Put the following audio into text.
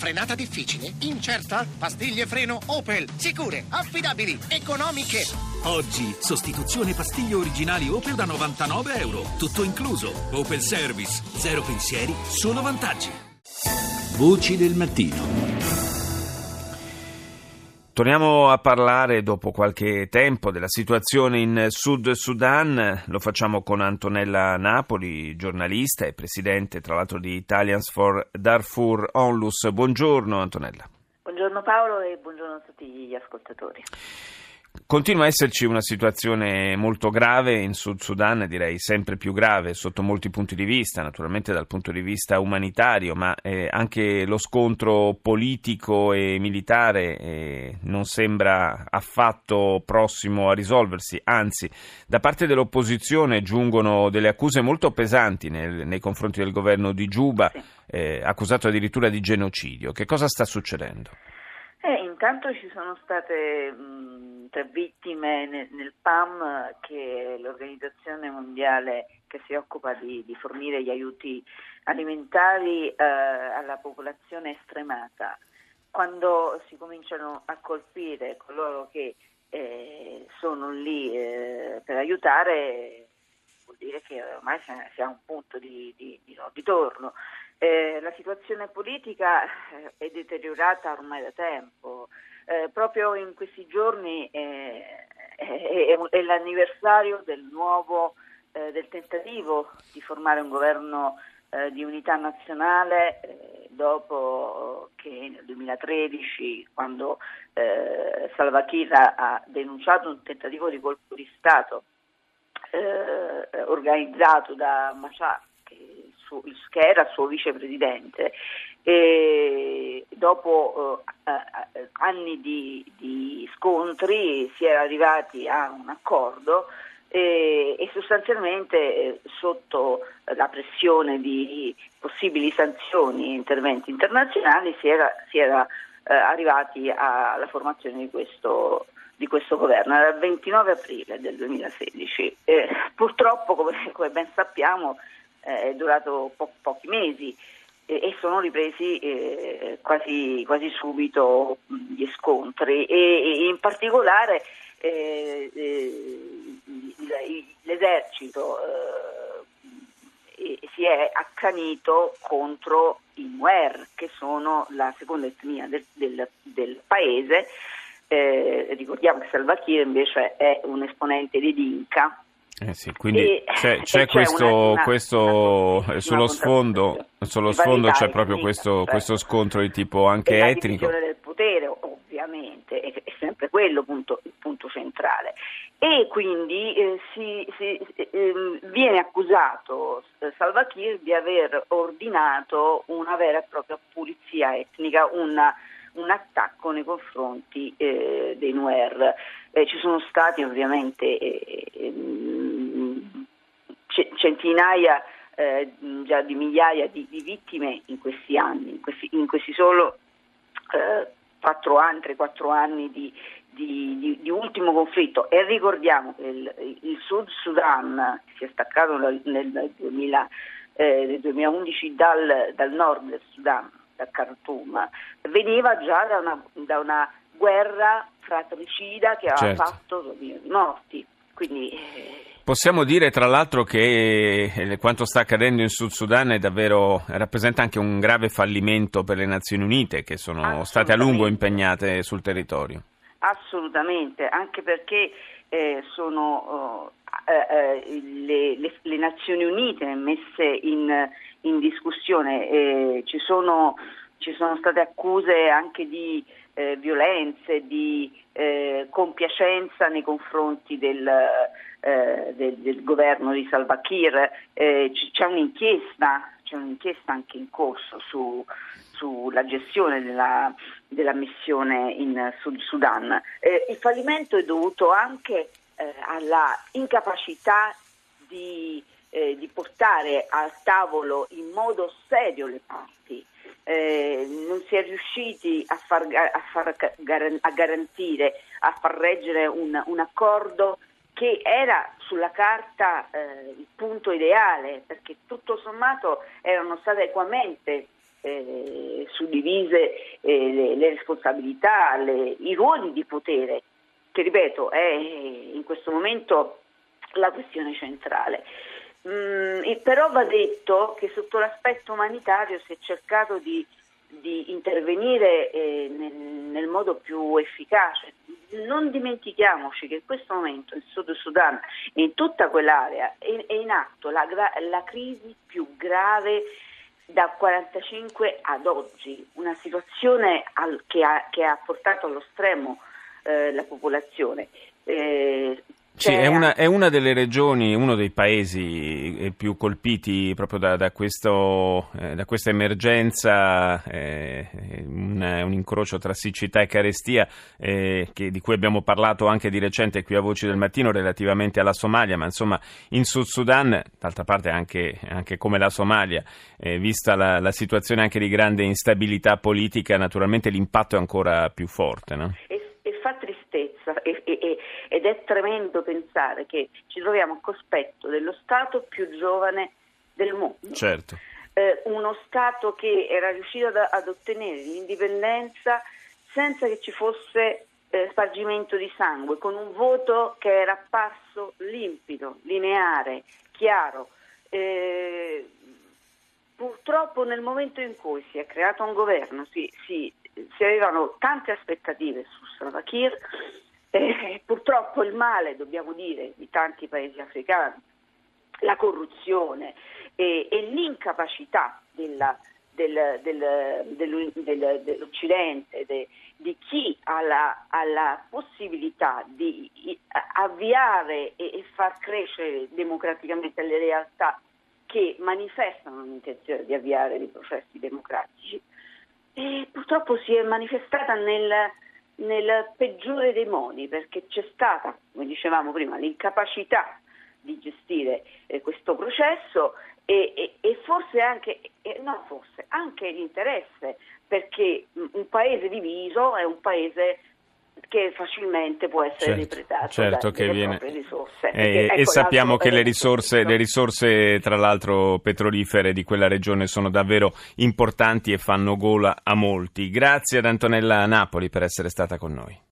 Frenata difficile? Incerta? Pastiglie freno Opel. Sicure, affidabili, economiche. Oggi, sostituzione pastiglie originali Opel da €99. Tutto incluso. Opel Service. Zero pensieri, solo vantaggi. Voci del mattino. Torniamo a parlare dopo qualche tempo della situazione in Sud Sudan. Lo facciamo con Antonella Napoli, giornalista e presidente tra l'altro di Italians for Darfur Onlus. Buongiorno Antonella. Buongiorno Paolo e buongiorno a tutti gli ascoltatori. Continua a esserci una situazione molto grave in Sud Sudan, direi sempre più grave sotto molti punti di vista, naturalmente dal punto di vista umanitario, ma anche lo scontro politico e militare non sembra affatto prossimo a risolversi, anzi da parte dell'opposizione giungono delle accuse molto pesanti nei confronti del governo di Giuba, accusato addirittura di genocidio. Che cosa sta succedendo? Intanto ci sono state 3 vittime nel PAM, che è l'organizzazione mondiale che si occupa di fornire gli aiuti alimentari alla popolazione stremata. Quando si cominciano a colpire coloro che sono lì per aiutare, vuol dire che ormai si ha un punto di non ritorno. La situazione politica è deteriorata ormai da tempo. Proprio in questi giorni è l'anniversario del tentativo di formare un governo di unità nazionale dopo che nel 2013, quando Salva Kiir ha denunciato un tentativo di colpo di Stato organizzato da Machar, che era il suo vicepresidente, e dopo anni di scontri si era arrivati a un accordo e sostanzialmente sotto la pressione di possibili sanzioni e interventi internazionali si era arrivati alla formazione di questo governo. Era il 29 aprile del 2016. Purtroppo, come ben sappiamo, è durato pochi mesi e sono ripresi quasi subito gli scontri e in particolare l'esercito si è accanito contro i Nuer, che sono la seconda etnia del paese. Ricordiamo che Salva Kiir invece è un esponente di Dinka. Sì, quindi c'è questo sullo sfondo c'è proprio questo scontro di tipo anche etnico. La divisione del potere, ovviamente, è sempre quello il punto centrale. E quindi viene accusato Salva Kiir di aver ordinato una vera e propria pulizia etnica, un attacco nei confronti dei Nuer. Ci sono stati ovviamente centinaia già di migliaia di vittime in questi anni, in questi solo 4 anni di ultimo conflitto. E ricordiamo che il Sud Sudan si è staccato nel 2011 dal nord del Sudan, da Khartoum, veniva già da una guerra fratricida che aveva fatto morti. Quindi possiamo dire tra l'altro che quanto sta accadendo in Sud Sudan rappresenta anche un grave fallimento per le Nazioni Unite, che sono state a lungo impegnate sul territorio. Assolutamente, anche perché sono le Nazioni Unite messe in discussione. Ci sono state accuse anche di violenze, di compiacenza nei confronti del governo di Salva Kiir. C'è un'inchiesta anche in corso sulla gestione della missione in Sud Sudan. Il fallimento è dovuto anche alla incapacità di portare al tavolo in modo serio le parti. Non si è riusciti a garantire, a far reggere un accordo che era sulla carta il punto ideale, perché tutto sommato erano state equamente condivise le responsabilità, i ruoli di potere, che ripeto è in questo momento la questione centrale. Però va detto che sotto l'aspetto umanitario si è cercato di intervenire nel modo più efficace. Non dimentichiamoci che in questo momento in Sud Sudan e in tutta quell'area è in atto la crisi più grave dal 1945 ad oggi, una situazione che ha portato allo stremo la popolazione. Sì, è una delle regioni, uno dei paesi più colpiti proprio da questa emergenza, un incrocio tra siccità e carestia, di cui abbiamo parlato anche di recente qui a Voci del Mattino relativamente alla Somalia, ma insomma in Sud Sudan, d'altra parte anche come la Somalia, vista la situazione anche di grande instabilità politica, naturalmente l'impatto è ancora più forte, no? Fa tristezza ed è tremendo pensare che ci troviamo a cospetto dello Stato più giovane del mondo. Certo. Uno Stato che era riuscito ad ottenere l'indipendenza senza che ci fosse spargimento di sangue, con un voto che era apparso limpido, lineare, chiaro. Purtroppo nel momento in cui si è creato un governo si avevano tante aspettative su Salva Kiir, purtroppo il male, dobbiamo dire, di tanti paesi africani, la corruzione e l'incapacità dell'Occidente, di chi ha la possibilità di avviare e far crescere democraticamente le realtà che manifestano l'intenzione di avviare dei processi democratici. E purtroppo si è manifestata nel peggiore dei modi, perché c'è stata, come dicevamo prima, l'incapacità di gestire questo processo e forse anche l'interesse, perché un paese diviso è un paese che facilmente può essere depredato dalle proprie risorse. E sappiamo che le risorse tra l'altro petrolifere di quella regione sono davvero importanti e fanno gola a molti. Grazie ad Antonella Napoli per essere stata con noi.